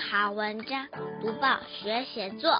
好文章，读报学写作。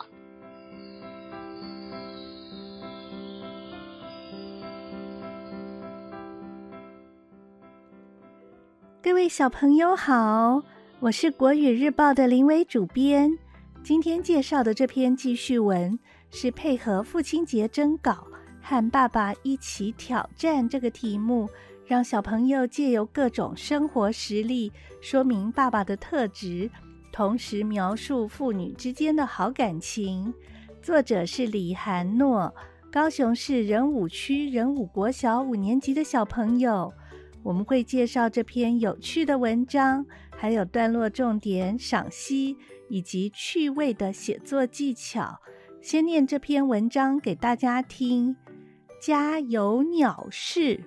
各位小朋友好，我是国语日报的林伟主编。今天介绍的这篇记叙文是配合父亲节征稿，和爸爸一起挑战这个题目，让小朋友借由各种生活实例说明爸爸的特质，同时描述父女之间的好感情。作者是李涵诺，高雄市仁武区仁武国小5年级的小朋友。我们会介绍这篇有趣的文章，还有段落重点、赏析以及趣味的写作技巧。先念这篇文章给大家听。家有鸟事。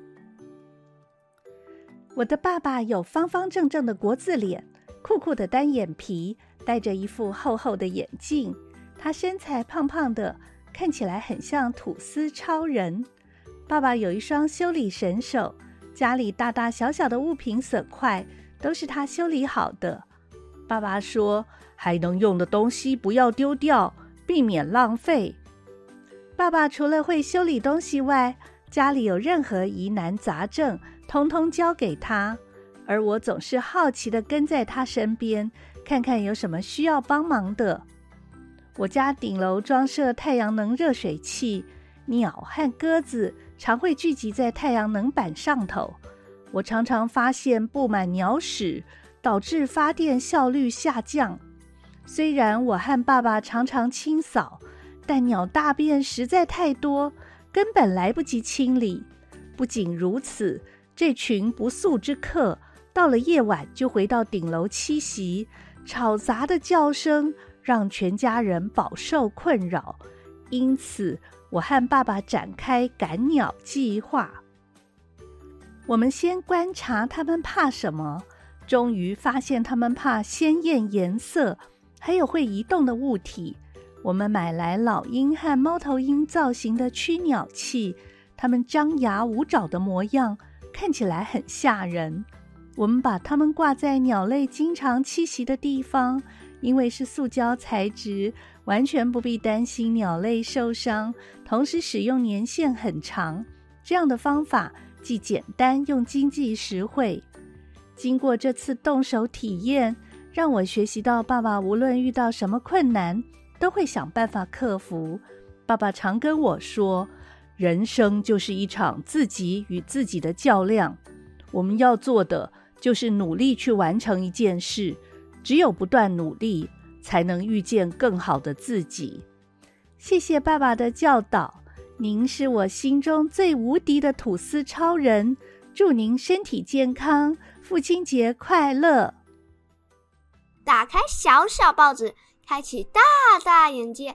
我的爸爸有方方正正的国字脸，酷酷的单眼皮，戴着一副厚厚的眼镜。他身材胖胖的，看起来很像吐司超人。爸爸有一双修理神手，家里大大小小的物品损坏都是他修理好的。爸爸说，还能用的东西不要丢掉，避免浪费。爸爸除了会修理东西外，家里有任何疑难杂症通通交给他，而我总是好奇地跟在他身边，看看有什么需要帮忙的。我家顶楼装设太阳能热水器，鸟和鸽子常会聚集在太阳能板上头，我常常发现布满鸟屎，导致发电效率下降。虽然我和爸爸常常清扫，但鸟大便实在太多，根本来不及清理。不仅如此，这群不速之客到了夜晚就回到顶楼栖息，吵杂的叫声让全家人饱受困扰。因此我和爸爸展开赶鸟计划。我们先观察他们怕什么，终于发现他们怕鲜艳颜色，还有会移动的物体。我们买来老鹰和猫头鹰造型的驱鸟器，它们张牙舞爪的模样看起来很吓人。我们把它们挂在鸟类经常栖息的地方，因为是塑胶材质，完全不必担心鸟类受伤，同时使用年限很长。这样的方法既简单又经济实惠。经过这次动手体验，让我学习到爸爸无论遇到什么困难，都会想办法克服。爸爸常跟我说，人生就是一场自己与自己的较量，我们要做的就是努力去完成一件事，只有不断努力，才能遇见更好的自己。谢谢爸爸的教导，您是我心中最无敌的吐司超人，祝您身体健康，父亲节快乐。 打开小小报纸，开启大大眼界。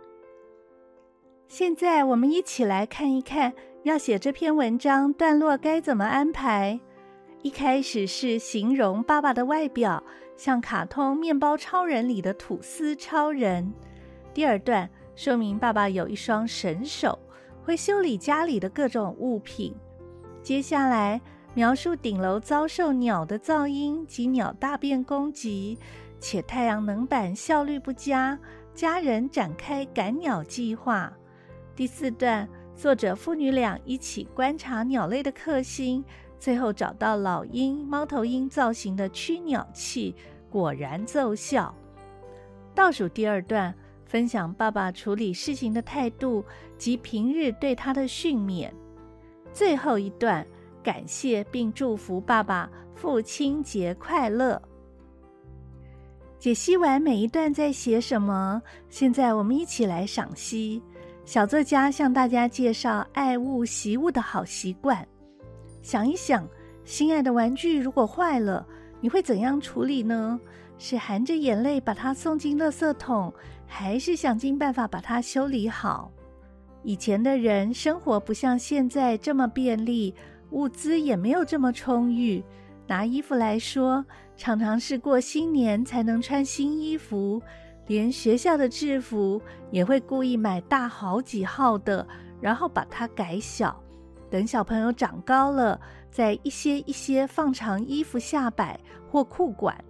现在我们一起来看一看，要写这篇文章段落该怎么安排。一开始是形容爸爸的外表，像卡通面包超人里的吐司超人。第二段说明爸爸有一双神手，会修理家里的各种物品。接下来描述顶楼遭受鸟的噪音及鸟大便攻击，且太阳能板效率不佳，家人展开赶鸟计划。第四段，作者父女俩一起观察鸟类的克星，最后找到老鹰、猫头鹰造型的驱鸟器，果然奏效。倒数第二段，分享爸爸处理事情的态度及平日对他的训勉。最后一段，感谢并祝福爸爸父亲节快乐。解析完每一段在写什么，现在我们一起来赏析。小作家向大家介绍爱物惜物的好习惯。想一想，心爱的玩具如果坏了，你会怎样处理呢？是含着眼泪把它送进垃圾桶，还是想尽办法把它修理好？以前的人生活不像现在这么便利，物资也没有这么充裕。拿衣服来说，常常是过新年才能穿新衣服，连学校的制服也会故意买大好几号的，然后把它改小。等小朋友长高了，再一些一些放长衣服下摆或裤管。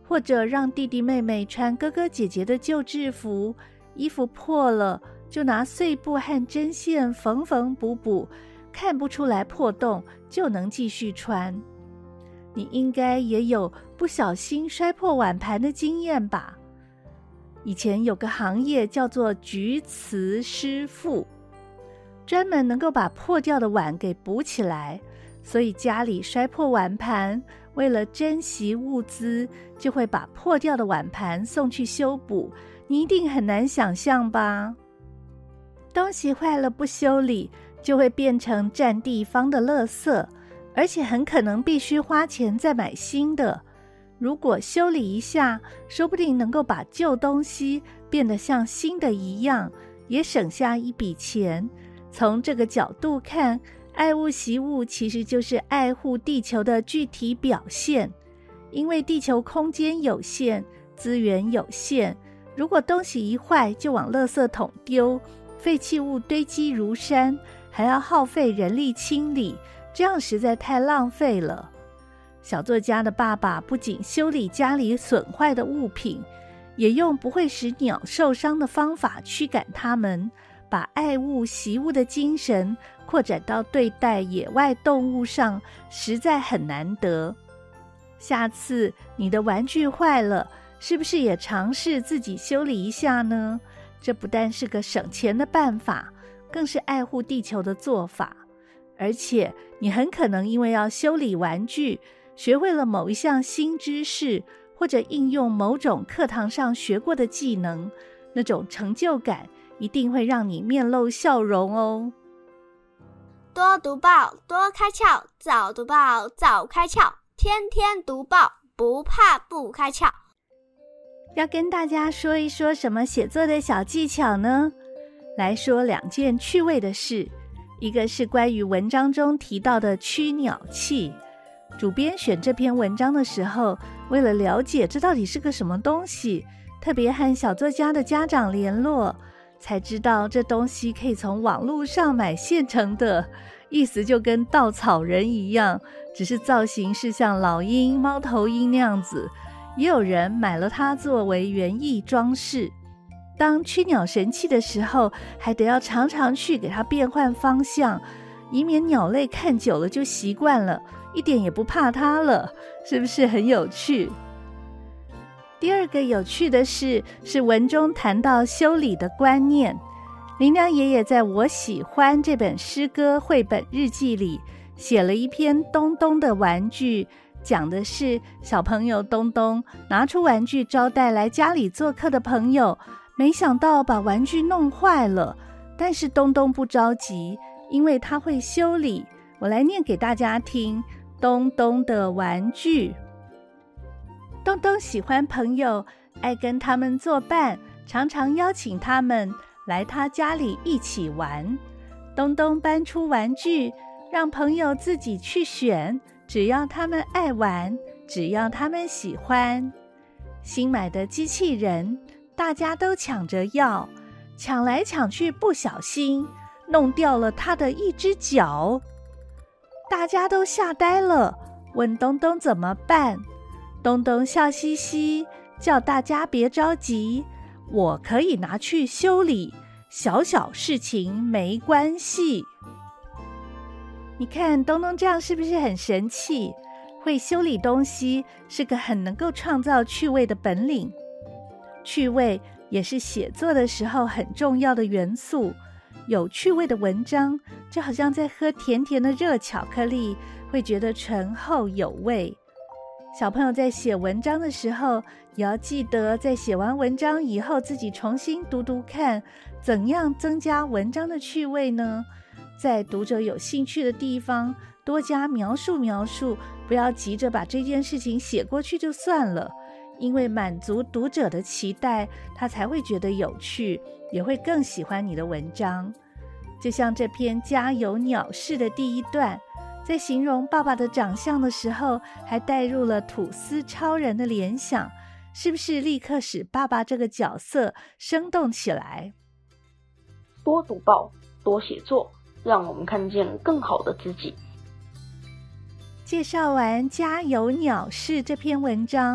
或者让弟弟妹妹穿哥哥姐姐的旧制服，衣服破了就拿碎布和针线缝缝补补，看不出来破洞就能继续穿。你应该也有不小心摔破碗盘的经验吧？以前有个行业叫做菊瓷师傅，专门能够把破掉的碗给补起来，所以家里摔破碗盘，为了珍惜物资，就会把破掉的碗盘送去修补。你一定很难想象吧？东西坏了不修理，就会变成占地方的垃圾，而且很可能必须花钱再买新的。如果修理一下，说不定能够把旧东西变得像新的一样，也省下一笔钱。从这个角度看，爱物惜物其实就是爱护地球的具体表现。因为地球空间有限，资源有限，如果东西一坏就往垃圾桶丢，废弃物堆积如山，还要耗费人力清理，这样实在太浪费了。小作家的爸爸不仅修理家里损坏的物品，也用不会使鸟受伤的方法驱赶它们，把爱物惜物的精神扩展到对待野外动物上，实在很难得。下次你的玩具坏了，是不是也尝试自己修理一下呢？这不但是个省钱的办法，更是爱护地球的做法。而且你很可能因为要修理玩具，学会了某一项新知识，或者应用某种课堂上学过的技能，那种成就感一定会让你面露笑容哦。 多读报，多开窍；早读报，早开窍。天天读报，不怕不开窍。 要跟大家说一说什么写作的小技巧呢？来说2件趣味的事。一个是关于文章中提到的驱鸟器。主编选这篇文章的时候，为了了解这到底是个什么东西，特别和小作家的家长联络，才知道这东西可以从网络上买现成的，意思就跟稻草人一样，只是造型是像老鹰、猫头鹰那样子。也有人买了它作为园艺装饰。当驱鸟神器的时候，还得要常常去给它变换方向，以免鸟类看久了就习惯了，一点也不怕它了，是不是很有趣？第二个有趣的事是文中谈到修理的观念。林良爷爷在我喜欢这本诗歌绘本日记里写了一篇东东的玩具，讲的是小朋友东东拿出玩具招待来家里做客的朋友，没想到把玩具弄坏了，但是东东不着急，因为他会修理。我来念给大家听，东东的玩具。东东喜欢朋友，爱跟他们作伴，常常邀请他们来他家里一起玩。东东搬出玩具，让朋友自己去选，只要他们爱玩，只要他们喜欢。新买的机器人，大家都抢着要，抢来抢去不小心弄掉了他的一只脚。大家都吓呆了，问东东怎么办。东东笑嘻嘻，叫大家别着急，我可以拿去修理，小小事情没关系。你看东东这样是不是很神气？会修理东西是个很能够创造趣味的本领。趣味也是写作的时候很重要的元素。有趣味的文章，就好像在喝甜甜的热巧克力，会觉得醇厚有味。小朋友在写文章的时候，也要记得在写完文章以后，自己重新读读看，怎样增加文章的趣味呢？在读者有兴趣的地方多加描述，不要急着把这件事情写过去就算了，因为满足读者的期待，他才会觉得有趣，也会更喜欢你的文章。就像这篇家有鸟事的第一段，在形容爸爸的长相的时候，还带入了吐司超人的联想，是不是立刻使爸爸这个角色生动起来？ 多读报，多写作，让我们看见更好的自己。 介绍完家有鸟事这篇文章，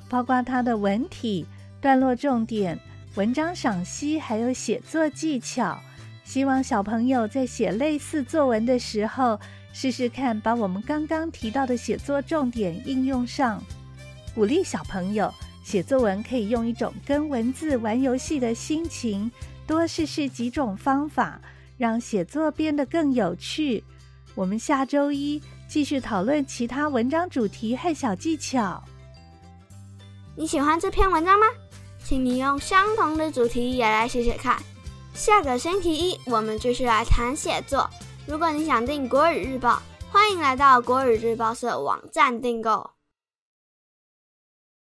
包括它的文体、段落重点、文章赏析，还有写作技巧。希望小朋友在写类似作文的时候，试试看把我们刚刚提到的写作重点应用上。鼓励小朋友写作文可以用一种跟文字玩游戏的心情，多试试几种方法，让写作变得更有趣。我们下周一继续讨论其他文章主题和小技巧。 你喜欢这篇文章吗？请你用相同的主题也来写写看。下个星期一我们继续来谈写作。如果你想订国语日报，欢迎来到国语日报社网站订购。